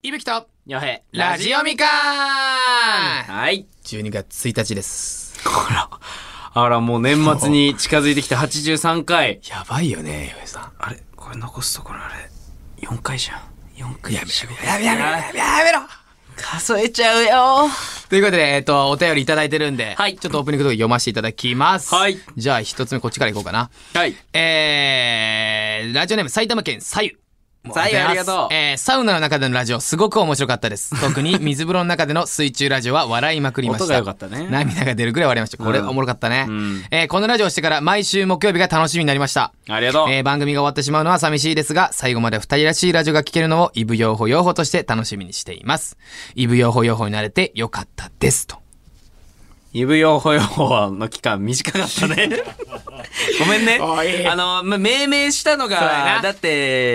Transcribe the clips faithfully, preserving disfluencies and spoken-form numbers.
いぶきとよへラジオみかん。 はい。 じゅうにがつついたちです。 ほら。あら、もう年末に近づいてきたはちじゅうさんかい。 やばいよね、よへさん。 あれこれ残すところあれ。よんかいじゃん。よんかい。 やめろ、やめろ、やめろ、やめろ、やめろ。 数えちゃうよ。 ということで、えっと、お便りいただいてるんで、 はい。 ちょっとオープニングとか読ませていただきます。 はい。 じゃあ、一つ目こっちからいこうかな。 はい。 えー、ラジオネーム埼玉県さゆ。 さゆありがとう。 えー、サウナの中でのラジオすごく面白かったです。特に水風呂の中での水中ラジオは笑いまくりました。 音が良かったね。 涙が出るぐらい笑いました。これ、うん、おもろかったね、 うん。 えー、このラジオをしてから毎週木曜日が楽しみになりました。 ありがとう。 えー、番組が終わってしまうのは寂しいですが、最後まで二人らしいラジオが聞けるのをイブヨーホヨーホとして楽しみにしています。イブヨーホヨーホになれてよかったですと。 イブヨーホヨーホの期間短かったね。ごめんね。あの、ま、命名したのが、だって、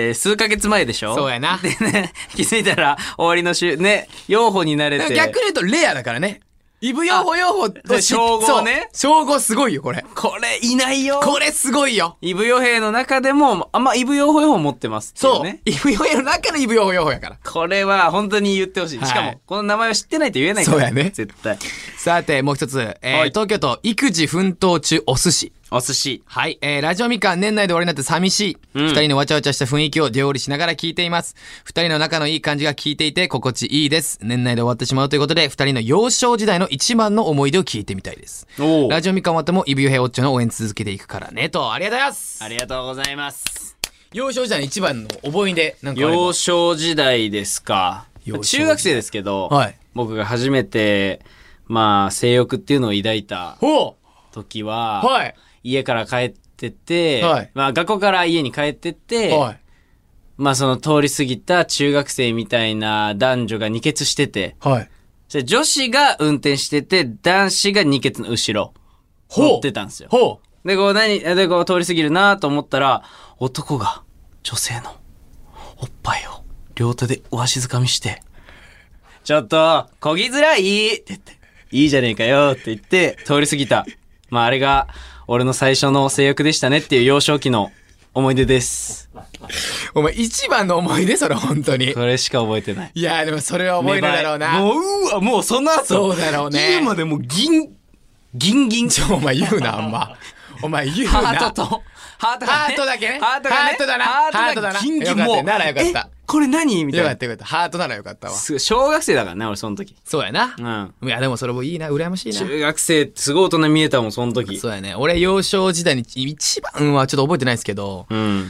数ヶ月前でしょ。 そうやな。 でね、気づいたら終わりの週、ね、ヨーホになれて。 逆に言うとレアだからね。イブヨーホヨーホと称号ね。 称号すごいよ、これ。 これいないよ。 これすごいよ。 イブヨヘイの中でも、あんまイブヨーホヨーホ持ってますっていうね。 そう。イブヨヘイの中のイブヨーホヨーホやから。 これは本当に言ってほしい。はい、しかも、この名前を知ってないと言えないから。 そうやね。 絶対。 さて、もう一つ。えーはい、東京都育児奮闘中お寿司。 お寿司。 はい。えー、ラジオみかん年内で終わりになって寂しい。うん、二人のわちゃわちゃした雰囲気を料理しながら聞いています。二人の仲のいい感じが聞いていて心地いいです。年内で終わってしまうということで、二人の幼少時代の一番の思い出を聞いてみたいです。ラジオみかん終わってもイブヨヘイオッチョの応援続けていくからね。と、ありがとうございます。 ありがとうございます。 幼少時代の一番の思い出、なんか幼少時代ですか。中学生ですけど、はい、僕が初めて、まあ、性欲っていうのを抱いた時は、はい、家から帰ってて、はい、まあ学校から家に帰ってて、はい、まあその通り過ぎた中学生みたいな男女が二血してて、はい、じゃ女子が運転してて、男子が二血の後ろ、乗ってたんですよ。ほう。で、こう何、で、こう通り過ぎるなと思ったら、男が女性のおっぱいを両手でわしづかみして、ちょっと、こぎづらいって言って、いいじゃねえかよって言って通り過ぎた。まああれが俺の最初の性欲でしたねっていう幼少期の思い出です。 お前一番の思い出それ本当に。 これしか覚えてない。 いやでもそれは覚えるだろうな。 もううわもうその後。 そうだろうね。 家までもうギンギンギン。 ちょお前言うなあんま。お前言うな。 ハートとハートが、ね、 ハートだけね。 ハートが、ね、 ハートだな。 ハートだな。ギンギンもう。 ならよかった。 これ何みたいな。 よかったよかった。ハートならよかったわ。 小学生だからね、俺その時。 そうやな。うん。いやでもそれもいいな、羨ましいな。 中学生ってすごい大人見えたもん、その時。 そうやね。俺幼少時代に一番はちょっと覚えてないですけど、うん、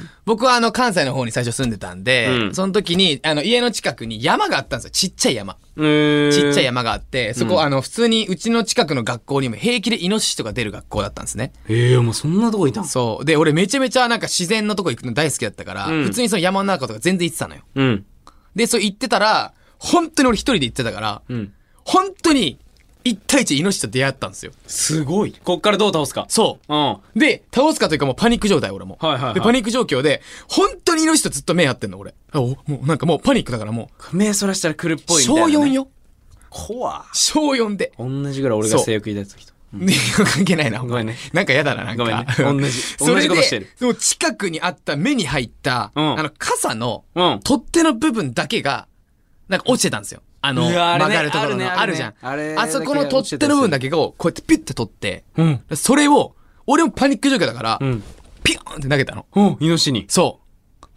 僕はあの関西の方に最初住んでたんで、うん、その時にあの家の近くに山があったんですよ。ちっちゃい山。ちっちゃい山があって、そこ、うん、あの普通にうちの近くの学校にも平気でイノシシとか出る学校だったんですね。 へえ、もうそんなとこいたの？ そう。で、俺めちゃめちゃなんか自然のとこ行くの大好きだったから、うん、普通にその山の中とか全然行ってたのよ。うん。で、そう言ってたら、本当に俺一人で行ってたから、うん、本当に一対一イノシシと出会ったんですよ。 すごい。こっからどう倒すか。 そう。うん。で、倒すかというかもうパニック状態俺も。はいはいはい。で、パニック状況で、本当にイノシシとずっと目合ってんの俺。あ、お、もうなんかもうパニックだからもう。目そらしたら来るっぽいみたいな、ね。 小よんよ。 怖小よんで。 同じぐらい俺が性欲抱いた時と。 ね、関係ないな。 ごめんね。 なんかやだな、なんか。 ごめんね。同じ。同じことしてる。 でも近くにあった目に入った、うん、あの傘の、うん、取っ手の部分だけが、なんか落ちてたんですよ。あの、曲がるところのあるじゃん。あれ、あそこの取っ手の部分だけを、こうやってピュッて取って、うん、それを、俺もパニック状況だから、うん、ピューンって投げたの。 うん、イノシシに。 そう。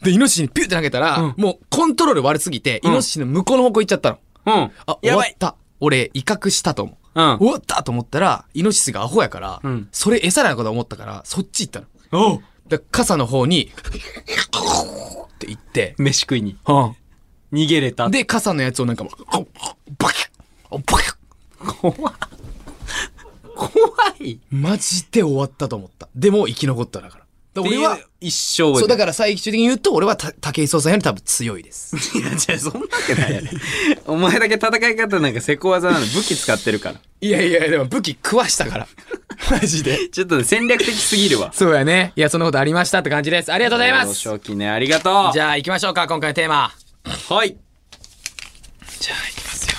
で、イノシシにピューって投げたら、うん、もうコントロール悪すぎて、イノシシの向こうの方向行っちゃったの。うん。あ、終わった。俺、威嚇したと思う。うん。終わったと思ったら、イノシシがアホやから、うん、それ餌なのかと思ったから、そっち行ったの。おう。で、傘の方に、って行って、 飯食いに。 うん。 逃げれた。 で、傘のやつをなんかもう、バキッバキッ怖い。 怖い。 マジで終わったと思った。でも生き残っただから。だから俺は、 一生そう、だから最終的に言うと、俺は武井壮さんより多分強いです。 いや、じゃあそんなわけないやね。お前だけ戦い方なんかセコ技なの武器使ってるから。 いやいや、でも武器食わしたから。マジで。 ちょっと、ね、戦略的すぎるわ。 そうやね。いや、そんなことありましたって感じです。ありがとうございます。 幼少期ね、ありがとう。 じゃあ行きましょうか、今回のテーマ。 はい。 じゃあ行きますよ。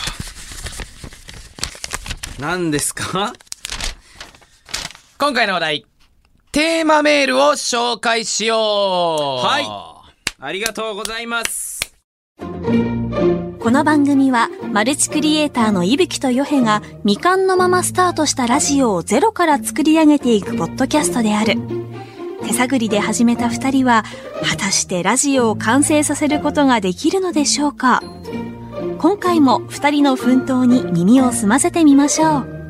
何ですか？ 今回の話題、テーマメールを紹介しよう。 はい。ありがとうございます。 この番組はマルチクリエイターの伊吹とヨヘが未完のままスタートしたラジオをゼロから作り上げていくポッドキャストである。手探りで始めた二人は果たしてラジオを完成させることができるのでしょうか。今回も二人の奮闘に耳を澄ませてみましょう。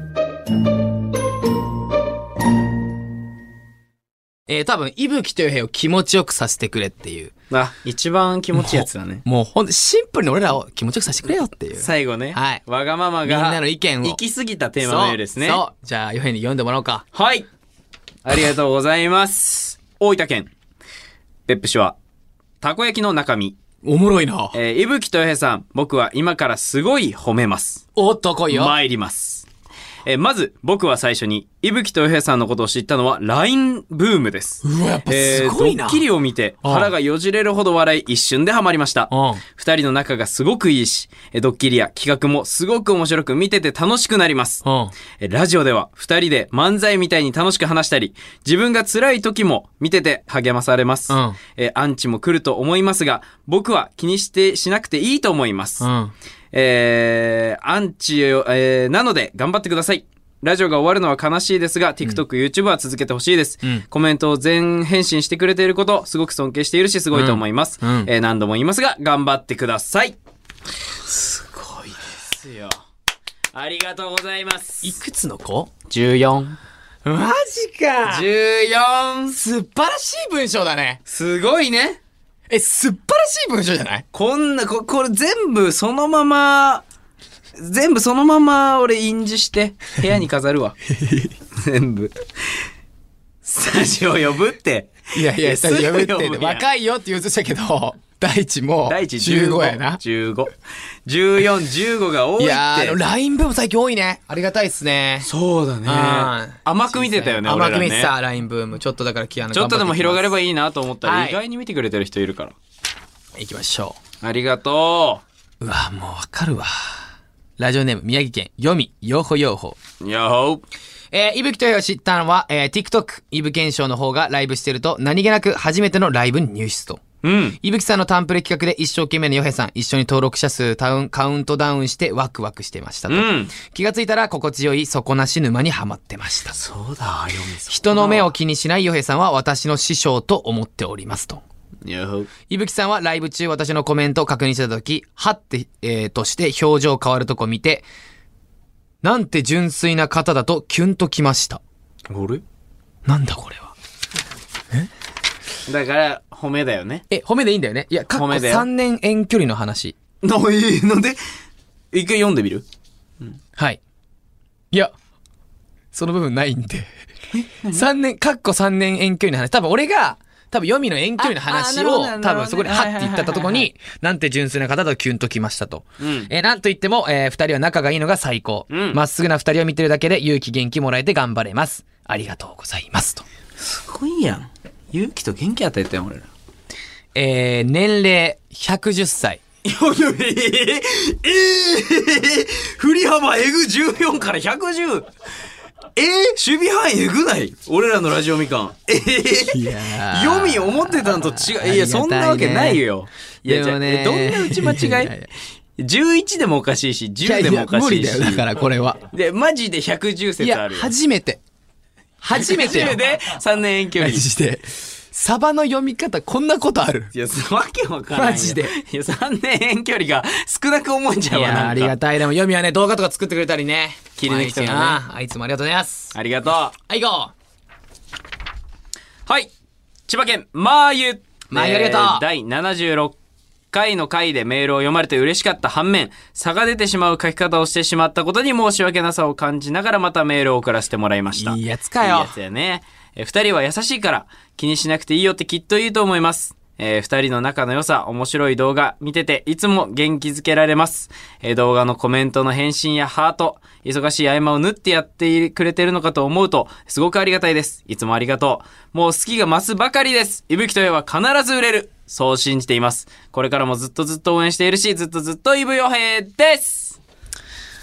えー、多分、伊吹とヨヘを気持ちよくさせてくれっていう。 あ、一番気持ちいいやつだね。 もう、もうほんとシンプルに俺らを気持ちよくさせてくれよっていう。 最後ね。 はい。 わがままが。 みんなの意見を。 行き過ぎたテーマメールですね。 そう。そうじゃあ、ヨヘに読んでもらおうか。 はい。ありがとうございます。大分県。別府市は、たこ焼きの中身。 おもろいな。 えー、伊吹とヨヘさん、僕は今からすごい褒めます。 おっと、来いよ。 参ります。えー、まず、僕は最初に、伊吹とヨヘさんのことを知ったのは、ライン ブームです。 うわ、やっぱすごいな。 えー、ドッキリを見て、腹がよじれるほど笑い、一瞬でハマりました。二人の仲がすごくいいし、ドッキリや企画もすごく面白く見てて楽しくなります。えー、ラジオでは、二人で漫才みたいに楽しく話したり、自分が辛い時も見てて励まされます。えー、アンチも来ると思いますが、僕は気にしてしなくていいと思います。えー、アンチ、えー、なので頑張ってください。ラジオが終わるのは悲しいですが、TikTok、YouTube は続けてほしいです、うん。コメントを全返信してくれていること、すごく尊敬しているし、すごいと思います。うんうん、えー、何度も言いますが、頑張ってください。すごいですよ。ありがとうございます。 いくつの子 ? じゅうよん。 マジか。 じゅうよん。 素晴らしい文章だね。 すごいね。 え、素晴らしい文章じゃない？ こんな、こ、これ全部そのまま、全部そのまま俺印字して部屋に飾るわ。全部。スタジオ呼ぶって。 いやいや、スタジオ呼ぶって。若いよって言うとしたけど、大地もじゅうごやな。 じゅうご。じゅうよん、じゅうごが多いって。いやー、ライン ブーム最近多いね。ありがたいっすね。 そうだね。甘く見てたよね、 甘く見てた、ライン ブーム。ちょっとだから気合のちょっとでも広がればいいなと思ったら、意外に見てくれてる人いるから。 行きましょう。ありがとう。うわ、もうわかるわ。ラジオネーム、宮城県、よみ、よほよほ。 よほ。 えー、いぶきとよを知ったのは、えー、TikTok、いぶ検証の方がライブしてると、何気なく初めてのライブに入室と。うん。いぶきさんのタンプレ企画で一生懸命のヨヘさん、一緒に登録者数タウンカウントダウンしてワクワクしてましたと。うん。気がついたら心地よい底なし沼にはまってました。 そうだ、ヨミさん。 人の目を気にしないヨヘさんは私の師匠と思っておりますと。いぶきさんはライブ中私のコメントを確認したとき、はって、えー、として表情変わるとこ見て、なんて純粋な方だとキュンときました。 あれ？ なんだこれは。 え？だから、褒めだよね。 え、褒めでいいんだよね。いや、過去さんねん遠距離の話。 な、いいので、一回読んでみる？ うん。はい。いや、その部分ないんで。さんねん、過去さんねん遠距離の話。多分俺が、多分、読みの遠距離の話を、多分そこでハッて言ったとこに、なんて純粋な方だとキュンときましたと。うん、えー、なんと言っても、えー、二人は仲がいいのが最高。ま、うん、っすぐな二人を見てるだけで勇気元気もらえて頑張れます。ありがとうございますと。 すごいやん。勇気と元気与えてん、俺ら。 えー、年齢ひゃくじゅっさい。 いやいや、えー、えー、振り幅エグじゅうよんからひゃくじゅう。えー、守備範囲えぐない俺らのラジオみかん。えー、いやー読み思ってたのと違う。いや、そんなわけないよ。いや、じゃあ、ね、どんな打ち間違いいやいやいやじゅういちでもおかしいし、じゅうでもおかしいし。いやいや無理だよ、 だからこれは。 で、マジでひゃくじゅう説あるよ。 いや、初めて。初めて。 初めてさんねん遠距離。 マジで。サバの読み方こんなことある？ いや、わけわからない。 マジで。 いや、さんねん遠距離が少なく思えちゃうわ、なんか。いや、 ありがたい。でも読みはね、動画とか作ってくれたりね。 切り抜きとかね。 あいつもありがとうございます。 ありがとう。 はい、行こう。はい。千葉県、まーゆ。 まーゆありがとう。 だいななじゅうろっかいの回でメールを読まれて嬉しかった反面、差が出てしまう書き方をしてしまったことに申し訳なさを感じながらまたメールを送らせてもらいました。 いいやつかよ。 いいやつやね。え、二人は優しいから気にしなくていいよってきっと言うと思います。えー、二人の仲の良さ、面白い動画見てていつも元気づけられます。えー、動画のコメントの返信やハート、忙しい合間を縫ってやってくれてるのかと思うとすごくありがたいです。いつもありがとう。もう好きが増すばかりです。いぶきとよは必ず売れる。そう信じています。これからもずっとずっと応援しているし、ずっとずっといぶよへです。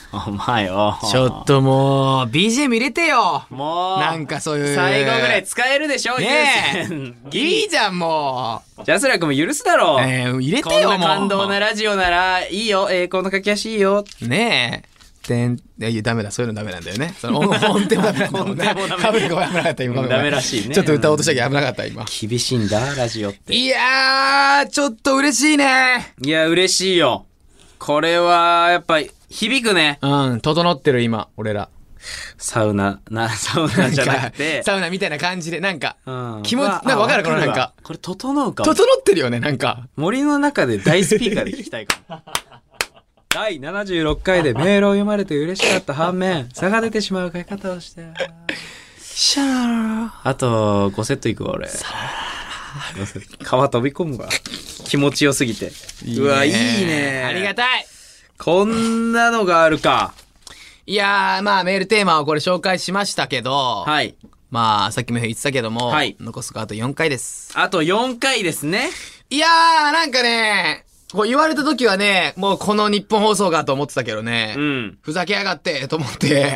お前よ。 ちょっともう、ビージーエム 入れてよ。 もう。 なんかそういう。 最後ぐらい使えるでしょ、 ねえ。いいじゃん、もう。ジャスラックも許すだろう。 えー、入れてよ、もう。 こんな感動なラジオなら、いいよ。えー、この書き足いいよ。 ねえ。てん、いや、ダメだ、そういうのダメなんだよね。その、音程もダメなんだもんね。音程もダメ。かぶりが危なかった、今。 ダメらしいね。 ちょっと歌おうとしたけど危なかった、今。 厳しいんだ、ラジオって。 いやー、ちょっと嬉しいね。 いや、嬉しいよ。これは、やっぱ、響くね。 うん、整ってる今、俺ら。 サウナ、な、サウナじゃなくて。 サウナみたいな感じで、なんか、 うん、 気持ち、なんかわかるこのなんか。 これ整うかも。整ってるよね、なんか。 森の中で大スピーカーで聞きたいかも。だいななじゅうろっかいでメールを読まれて嬉しかった反面、差が出てしまう書き方をして。 シャーあと、ごセットいくわ、俺。川飛び込むわ。気持ちよすぎて。いいね、うわ、いいね。 ありがたい。 こんなのがあるか。 いやー、まあメールテーマをこれ紹介しましたけど。 はい。 まあ、さっきも言ってたけども。 はい。 残すがあとよんかいです。 あとよんかいですね。 いやー、なんかね、こう言われた時はね、もうこの日本放送かと思ってたけどね。うん。ふざけやがってと思って。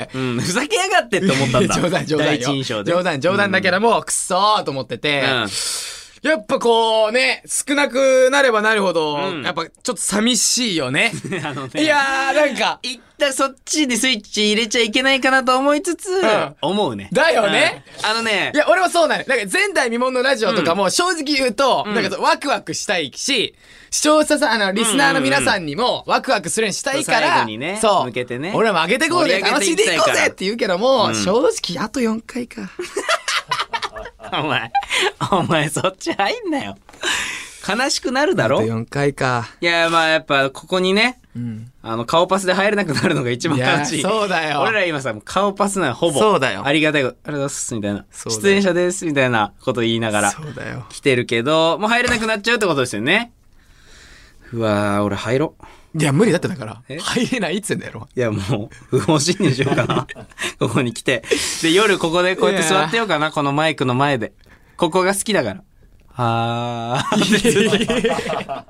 うん。ふざけやがってって思ったんだ。 冗談冗談よ。 第一印象で。 冗談冗談だけども、うん、くそーと思ってて。うん。やっぱこうね、少なくなればなるほど、うん、やっぱちょっと寂しいよね。あのねいやー、なんか。 一旦そっちにスイッチ入れちゃいけないかなと思いつつ、うん、思うね。 だよね、 うん、あのね。 いや、俺はそうなの。なんか前代未聞のラジオとかも正直言うと、うん、なんかワクワクしたいし、視聴者さん、あの、リスナーの皆さんにもワクワクするようにしたいから、 最後にね、 そう。 向けてね。 俺らも上げてこうぜ、楽しんでいこうぜって言うけども、うん、正直あとよんかいか。 お前、お前そっち入んなよ。悲しくなるだろ？ あとよんかいか。 いや、まあやっぱここにね、うん、あの、顔パスで入れなくなるのが一番悲しい。 いや、そうだよ。 俺ら今さ、顔パスなほぼ。 そうだよ。 ありがたいこと、ありがとうございます、みたいな。出演者です、みたいなこと言いながら。 そうだよ。 来てるけど、もう入れなくなっちゃうってことですよね。うわー、俺入ろう。 いや、無理だってだから。入れないっつうんだよ。 いや、もう、不法侵入しようかな。ここに来て。で、夜ここでこうやって座ってようかな、このマイクの前で。ここが好きだから。あー。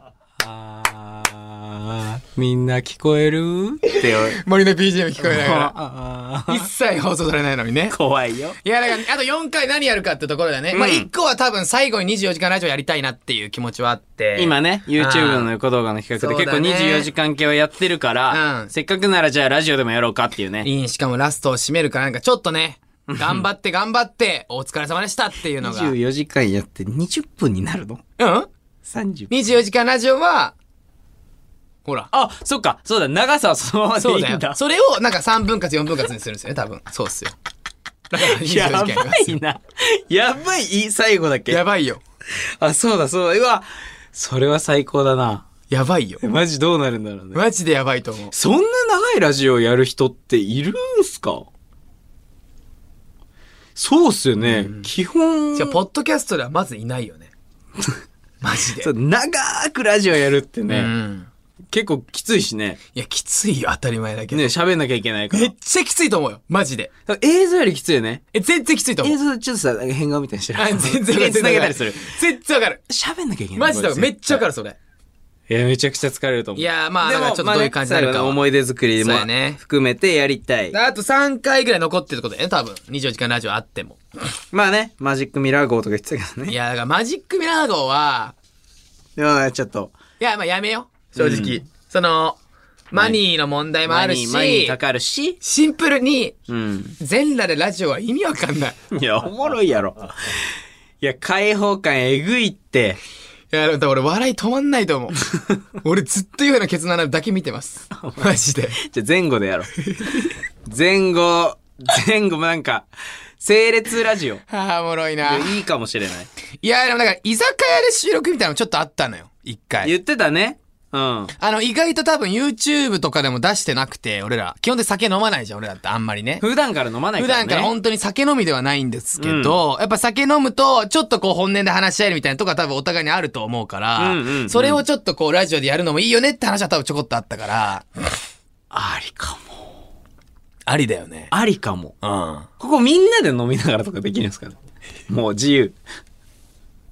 あー。みんな聞こえるって森の ビージーエム 聞こえながら。一切放送されないのにね。 怖いよ。 いや、だから、あとよんかい何やるかってところだね。うん、まあ、いっこは多分最後ににじゅうよじかんラジオやりたいなっていう気持ちはあって。 今ね、YouTube の横動画の企画で結構にじゅうよじかん系をやってるから、うん、せっかくならじゃあラジオでもやろうかっていうね。 いい、しかもラストを締めるからなんかちょっとね、頑張って頑張って、お疲れ様でしたっていうのが。 にじゅうよじかんやってにじゅっぷんになるの？ うん ? さんじゅっぷん。にじゅうよじかんラジオは、ほら。 あ、そっか。そうだ。長さはそのままでいいんだ。 そうだよ。それをなんかさんぶん割よんぶん割にするんですよね、多分。そうっすよ。だからにじゅうよじかんやばいな。やばい、最後だけ。 やばいよ。 あ、そうだ、そうだ。うわ、それは最高だな。 やばいよ。 マジどうなるんだろうね。 マジでやばいと思う。 そんな長いラジオやる人っているんすか？そうっすよね。うん、基本。 じゃあ、ポッドキャストではまずいないよね。マジで。 長くラジオやるってね。うん、結構きついしね。 いや、きついよ、当たり前だけど。 ね、喋んなきゃいけないから。 めっちゃきついと思うよ、マジで。 映像よりきついよね。 え、全然きついと思う。 映像ちょっとさ、変顔みたいにしてる。 あ、全然全然。 繋げたりする。 全然わかる。 喋んなきゃいけない。 マジでめっちゃわかる、それ。 いや、めちゃくちゃ疲れると思う。 いや、まあ、だからちょっとどういう感じになるか。 思い出作りも含めてやりたい。 あとさんかいぐらい残ってることだよね、多分。にじゅうよじかんラジオあっても。 まあね、マジックミラー号とか言ってたけどね。 いや、だからマジックミラー号は、 いや、ちょっと。 いや、まあやめよう。正直。うん、その、マニーの問題もあるし、 マニーかかるし、 シンプルに、うん、全裸でラジオは意味わかんない。 いや、おもろいやろ。いや、開放感えぐいって。 いや、だから俺笑い止まんないと思う。俺ずっと言うようなケツの穴だけ見てます。マジで。 じゃあ前後でやろう。前後、前後もなんか、整列ラジオ。 はあ、おもろいな。 いいかもしれない。 いや、でもだから、居酒屋で収録みたいなのちょっとあったのよ。一回。 言ってたね。うん。 あの、意外と多分 YouTube とかでも出してなくて、俺ら。基本で酒飲まないじゃん、俺らってあんまりね。 普段から飲まないからね。 普段から本当に酒飲みではないんですけど、うん、やっぱ酒飲むと、ちょっとこう本音で話し合えるみたいなとこは多分お互いにあると思うから、うんうんうん、それをちょっとこうラジオでやるのもいいよねって話は多分ちょこっとあったから。 ありかも。 ありだよね。 ありかも。 うん。 ここみんなで飲みながらとかできるんですかね。もう自由。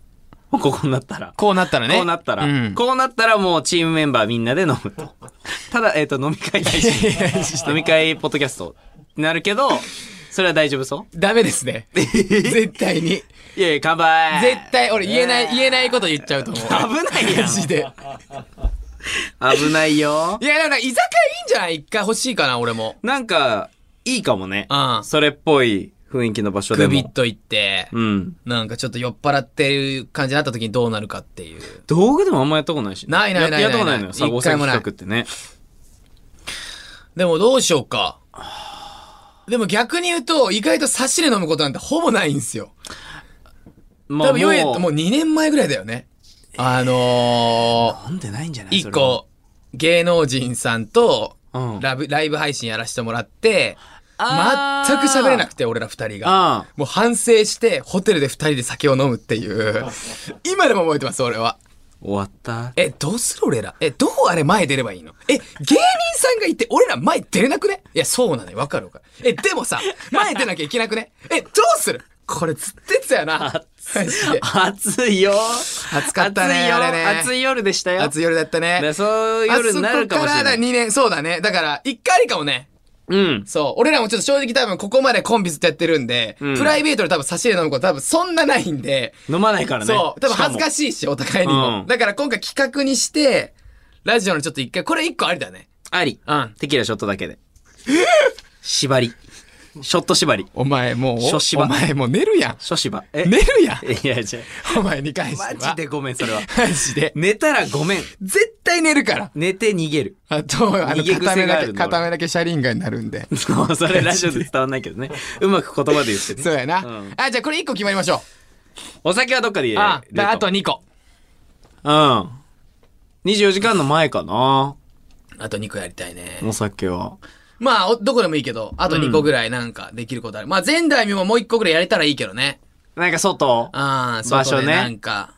ここになったら。 こうなったらね。 こうなったら。うん、こうなったらもうチームメンバーみんなで飲むと。ただ、えっ、ー、と、飲み会配信。飲み会ポッドキャストになるけど、それは大丈夫そう？ ダメですね。絶対に。 いやいや、乾杯。 絶対、俺言えない、言えないこと言っちゃうと思う。 危ないやん。 マジで。 危ないよ。 いや、なんか居酒屋いいんじゃない？一回欲しいかな、俺も。 なんか、いいかもね。うん。それっぽい雰囲気の場所でも。 グビッと行って、うん。なんかちょっと酔っ払ってる感じになった時にどうなるかっていう。 道具でもあんまやったことないし、 ね。ないないないない。 やったことないのよ。さ、大阪企画ってね。 でもどうしようか。でも逆に言うと、意外と差しで飲むことなんてほぼないんですよ。まあ、多分、よえともうにねんまえぐらいだよね。あのー、飲んでないんじゃない？ 一個、芸能人さんと、ラブ、ライブ配信やらせてもらって、全く喋れなくて、俺ら二人が。もう反省して、ホテルで二人で酒を飲むっていう。今でも覚えてます、俺は。 終わった？ え、どうする俺ら？え、どうあれ前出ればいいの？え、芸人さんがいて、俺ら前出れなくね？いや、そうなのよ。わかるわかる。え、でもさ、前出なきゃいけなくね？え、どうする？これずってつやな。 暑いよ。 暑かったね。 暑いよ。暑い夜でしたよ。 暑い夜だったね。 そういう夜になるかもしれない。あそこからにねん、そうだね。だから、一回ありかもね。うん。そう。俺らもちょっと正直多分ここまでコンビずっとやってるんで、うん、プライベートで多分差し入れ飲むこと多分そんなないんで。 飲まないからね。 そう。多分恥ずかしいし、お互いにも。うん、だから今回企画にして、ラジオのちょっと一回、これ一個ありだね。 あり。うん。テキーラショットだけで。縛り。ショット縛り。 お前もう、 ショ縛。 お前もう寝るやん。 ショ縛。 え寝るやん。 いや、じゃお前に返して。 マジでごめん、それは。 マジで。 寝たらごめん。 絶対寝るから。 寝て逃げる。 あと、あの、片目だけ、片目だけ車輪外になるんで。 そう、それラジオで伝わんないけどね。うまく言葉で言ってね。 そうやな。うん、あ、じゃあこれいっこ決まりましょう。 お酒はどっかで入れる。 あ、だあとにこ。 うん。にじゅうよじかんの前かな。 あとにこやりたいね。 お酒は。 まあ、どこでもいいけど、あとにこぐらいなんかできることある。うん、まあ、前代未聞もういっこぐらいやれたらいいけどね。 なんか外ああ、場所ね。なんか。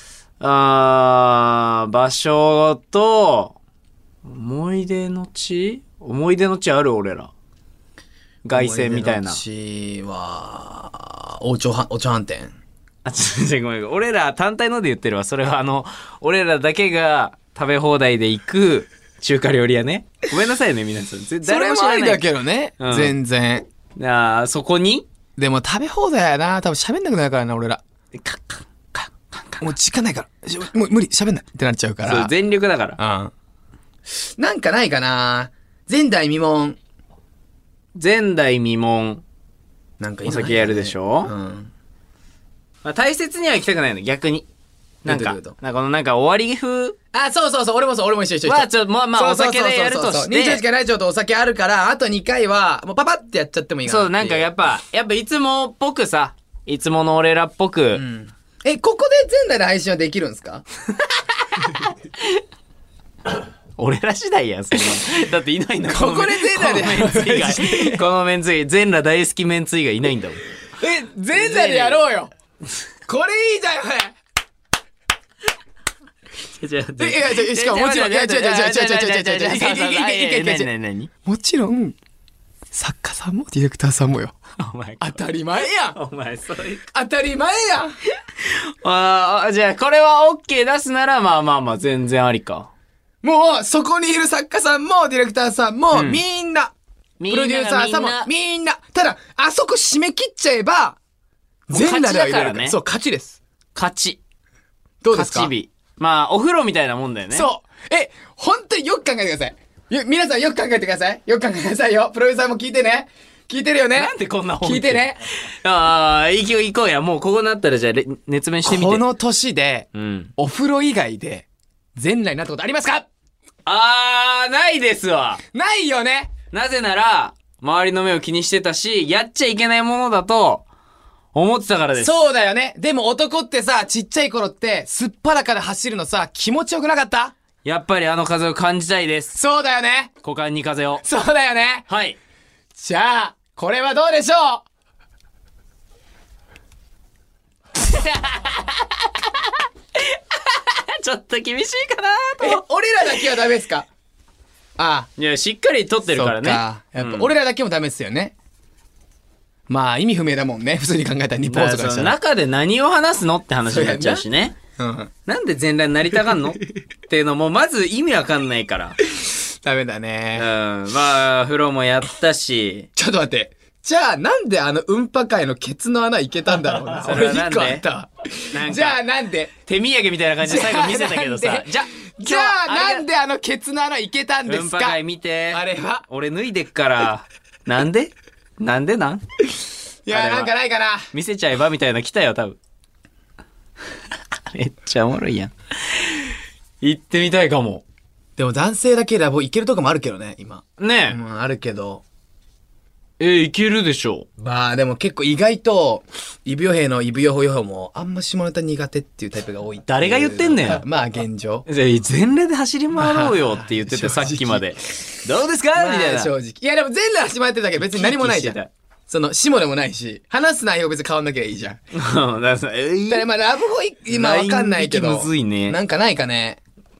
ああ、場所と、思い出の地思い出の地ある俺ら。凱旋みたいな。 思い出の地は、お茶は、お茶飯店。 あ、ちょっとごめん。俺ら単体ので言ってるわ。それはあの、俺らだけが食べ放題で行く、中華料理屋ね。ごめんなさいね、皆さん。 それもありだけどね。うん、全然。 ああ、そこにでも食べ放題やな。多分喋んなくなるからな、俺ら。カッカッカッカッカッ。もう時間ないから。もう無理、喋んないってなっちゃうから。そう、 全力だから。 うん。なんかないかな。前代未聞。 前代未聞。なんかお酒やるでしょ？うん。まあ、大切には行きたくないの、逆に。なんか、なんかこのなんか終わり風。 あ、そうそうそう、俺もそう、俺も一緒一緒一緒。 まあちょっと、まあまあお酒でやるとして。 にじゅうよじかんラジオとお酒あるから、あとにかいは、もうパパってやっちゃってもいいかな。 そう、なんかやっぱ、やっぱいつもっぽくさ、いつもの俺らっぽく。うん、 え、ここで前代の配信はできるんですか？ 俺ら次第やん、そんな。だっていないんだもん。ここで前代でメンツ以外。このメンツ以外、全裸大好きメンツ以外いないんだもん。 え、前代でやろうよ。これいいじゃん、これ。いやいや、しかももちろん、いや、違う違う違う違う違う違う違う違う。もちろん、作家さんもディレクターさんもよ。当たり前やん。 お前、そういう。 当たり前やん。 ああ、じゃあ、これは OK 出すなら、まあまあまあ、全然ありか。 もう、そこにいる作家さんも、ディレクターさんも、みんな、プロデューサーさんも、みんな。ただ、あそこ締め切っちゃえば、全裸では入れるからね。そう、勝ちです。 勝ち。 どうですか？ 勝ち日。まあ、お風呂みたいなもんだよね。 そう。え、本当によく考えてください。皆さんよく考えてください。よく考えてくださいよ。プロデューサーも聞いてね。聞いてるよね。 なんでこんな本聞いてね。 ああ、行こう行こうや。もうここなったらじゃあ、熱弁してみて。 この年で、うん、お風呂以外で、全裸になったことありますか？ あー、ないですわ。 ないよね。 なぜなら、周りの目を気にしてたし、やっちゃいけないものだと、思ってたからです。 そうだよね。でも男ってさ、ちっちゃい頃って、すっぱだかで走るのさ、気持ちよくなかった？ やっぱりあの風を感じたいです。 そうだよね。 股間に風を。 そうだよね。 はい。 じゃあ、これはどうでしょう？ ちょっと厳しいかなと。 え、俺らだけはダメですか？ああ。 いや、しっかり撮ってるからね。 そっか。やっぱ俺らだけもダメですよね。うん、まあ、意味不明だもんね。普通に考えたら日本とかしたら。 中で何を話すのって話になっちゃうしね。 うん、なんで全裸になりたがんのっていうのも、まず意味わかんないから。 ダメだね。 うん。まあ、風呂もやったし。 ちょっと待って。じゃあ、なんであの、うんぱ会のケツの穴いけたんだろうな。 それはなんで俺一個あった。じゃあ、なんで手土産みたいな感じで最後見せたけどさ。じゃ、 じゃあ、なんであの、ケツの穴いけたんですか？ うんぱ会見て。 あれは。 俺脱いでっから。なんでなんでなんいや、なんかないかな。 見せちゃえばみたいな来たよ、多分。めっちゃおもろいやん。行ってみたいかも。 でも男性だけでいけるとこもあるけどね、今。 ねえ。 うん、あるけど。 えー、いけるでしょう。まあでも結構意外と、イブヨヘイのイブヨホヨホもあんま下ネタ苦手っていうタイプが多い。 誰が言ってんねん。 まあ現状。 全裸で走り回ろうよって言ってて、さっきまで。どうですかみたいな。 正直。いやでも全裸走り回ってるだけ別に何もないじゃん。その、下でもないし、話す内容別に変わんなきゃいいじゃん。 うん、だから、えー、 だからまあラブホイ、今わかんないけど。 むずいね。 なんかないかね。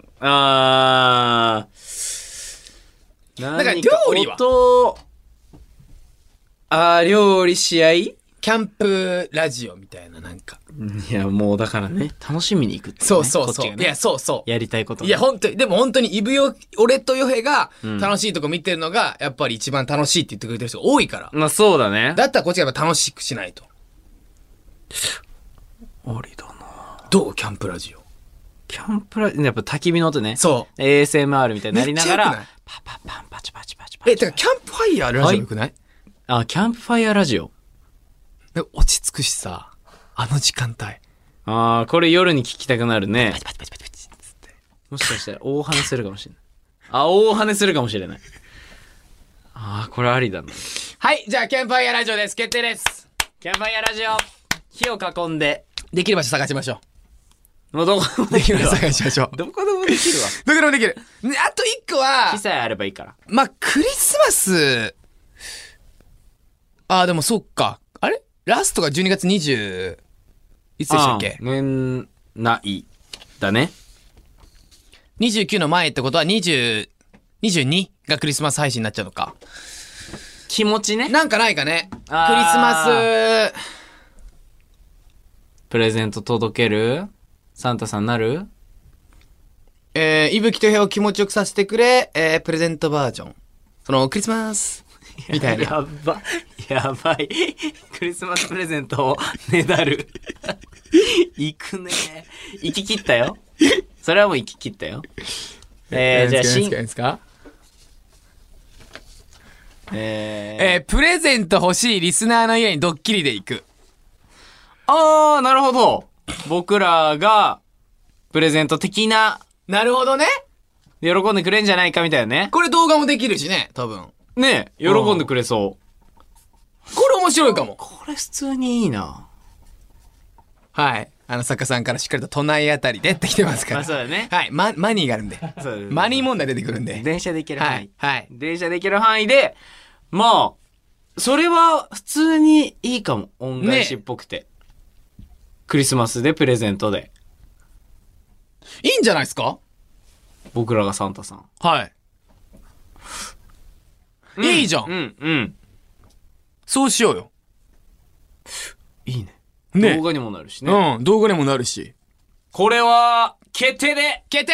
あー。 なんか料理は音、あー、料理試合キャンプラジオみたいななんか。 いや、もうだからね、楽しみに行くって、ね。 そうそうそう。 ね、 いや、そうそう。 やりたいこと、 ね。いや、本当に、でも本当にイブヨ、俺とヨヘが楽しいとこ見てるのが、やっぱり一番楽しいって言ってくれてる人が多いから。 まあそうだね。 だったらこっちがやっぱ楽しくしないと。 ありだな。 どうキャンプラジオ。 キャンプラジオ、やっぱ焚き火の音ね。 そう。 エーエスエムアール みたいになりながら、パパパンパチパチパチパチ。 え、てかキャンプファイヤーラジオよくない？ あ、キャンプファイヤーラジオ。 落ち着くしさ、あの時間帯。 ああ、これ夜に聞きたくなるね。パチパチパチパチパチつって。もしかしたら大跳ねするかもしれない。あ、大跳ねするかもしれない。ああ、これありだな。 はい、じゃあキャンプファイヤーラジオです。決定です。 キャンプファイヤーラジオ。火を囲んで。 できる場所探しましょう。もうどこでもできるわ。 探しましょう。 どこでもできるわ。 どこでもできる。ね、あと一個は。 火さえあればいいから。 まあ、クリスマス。ああ、でもそっか。あれラストがじゅうにがつにじゅう、いつでしたっけ？ 年内だね。 にじゅうくの前ってことはにじゅう、にじゅうにがクリスマス配信になっちゃうのか。 気持ちね。 なんかないかね。クリスマス。 プレゼント届ける？サンタさんなる？ えー、いぶきとへを気持ちよくさせてくれ、えー、プレゼントバージョン。その、クリスマス。みたいな。 やば、やばい。クリスマスプレゼントをねだる。行くね。行き切ったよ。それはもう行き切ったよ。えー、じゃあ、しん、えー、 えー、プレゼント欲しいリスナーの家にドッキリで行く。 あー、なるほど。僕らが、プレゼント的な。 なるほどね。 喜んでくれんじゃないかみたいなね。 これ動画もできるしね、多分。 ねえ、喜んでくれそう。 これ面白いかも。 これ普通にいいな。 はい。あの作家さんからしっかりと都内あたりでって来てますから。 まあそうだね。 はい。マ、マニーがあるんで。 そうマニー問題出てくるんで。 電車で行ける範囲。 はい。はい。 電車で行ける範囲で、まあ、それは普通にいいかも。恩返しっぽくて。ね、クリスマスでプレゼントで。 いいんじゃないですか？ 僕らがサンタさん。 はい。 うん、 いいじゃん。 うん、うん。 そうしようよ。 いいね。 ね。 動画にもなるしね。 うん、動画にもなるし。 これは、決定で決定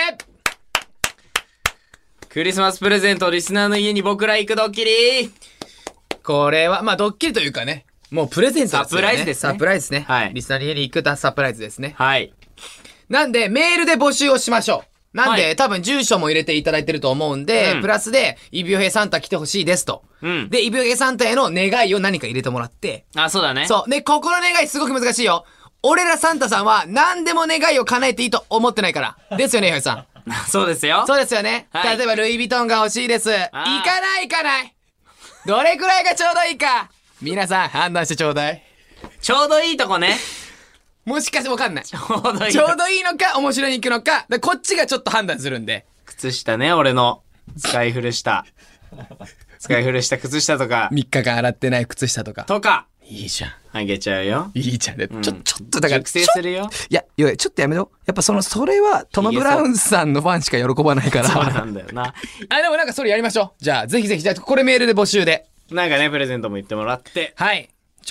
クリスマスプレゼント、リスナーの家に僕ら行くドッキリ。 これは、まあ、ドッキリというかね。もうプレゼントですね。 サプライズですね。 サプライズですね。 はい。 リスナーの家に行くとサプライズですね。 はい。 なんで、メールで募集をしましょう。なんで、はい、多分住所も入れていただいてると思うんで、うん、プラスで、イビオヘサンタ来てほしいですと。うん。で、イビオヘサンタへの願いを何か入れてもらって。 あ、そうだね。 そう。で、ここの願いすごく難しいよ。俺らサンタさんは何でも願いを叶えていいと思ってないから。ですよね、イビオヘさん。 そうですよ。 そうですよね。はい、例えば、ルイ・ヴィトンが欲しいです。行かない行かないどれくらいがちょうどいいか皆さん判断してちょうだい。 ちょうどいいとこね。 もしかしてわかんない。 ちょうどいい。 ちょうどいいのか、面白いに行くのか、こっちがちょっと判断するんで。 靴下ね、俺の。使い古した。使い古した靴下とか。 みっかかん洗ってない靴下とか。 とか。 いいじゃん。 あげちゃうよ。 いいじゃん。で、うん、ちょ、ちょっとだから。熟成するよ。 いや、いや、ちょっとやめろ。やっぱその、それはトム・ブラウンさんのファンしか喜ばないから。 そうなんだよな。 あ、でもなんかそれやりましょう。じゃあ、ぜひぜひ、じゃあ、これメールで募集で。 なんかね、プレゼントも言ってもらって。 はい。じゃあ、これで決まったんじゃない ?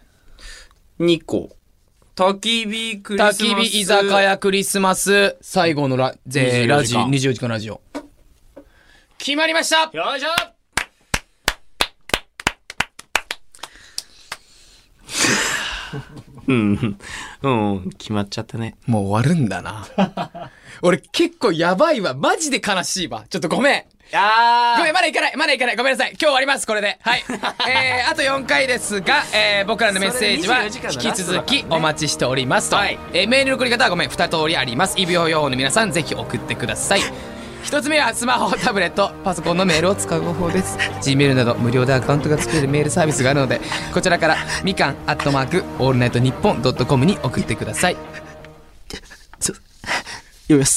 に 個。 焚き火クリスマス。 焚き火居酒屋クリスマス。最後のラ、ぜラジ、にじゅうよじかんラジオ。決まりました。 よいしょうん。うん。決まっちゃったね。 もう終わるんだな。俺結構やばいわ。マジで悲しいわ。ちょっとごめん。 あーごめん、まだいかない。まだいかない。ごめんなさい。今日終わります。これで。はい。えー、あとよんかいですが、えー、僕らのメッセージは引き続きお待ちしておりますと。はい、えー、メールの送り方はごめん、二通りあります。イブヨ用の皆さん、ぜひ送ってください。一つ目はスマホ、タブレット、パソコンのメールを使う方法です。Gmail など無料でアカウントが作れるメールサービスがあるので、こちらからみかんアットマークオールナイトニッポンドットコムに送ってください。 読みます。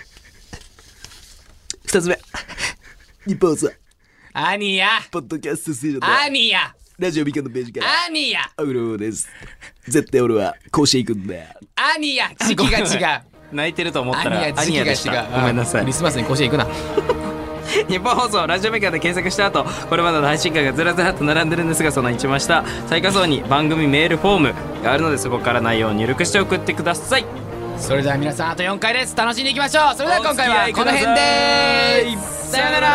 二つ目。日本さ。 アニヤ。 ポッドキャストステーションで。 アニヤ。 ラジオみかんのページから。 アニヤ。 アウローです。絶対俺は甲子園行くんだよ。 アニヤ。時期が違う。 泣いてると思ったらアニヤ時期が違う。 ごめんなさい。 クリスマスに甲子園行くな。 日本放送ラジオメーカーで検索した後、これまでの配信会がずらずらっと並んでるんですが、その一番下最下層に番組メールフォームがあるので、そこから内容を入力して送ってください。 それでは皆さん、あとよんかいです。楽しんでいきましょう。それでは今回はこの辺でーす。さよなら。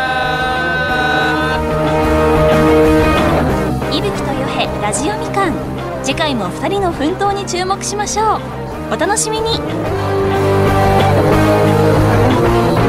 伊吹とよへラジオみかん。次回もふたりの奮闘に注目しましょう。お楽しみに。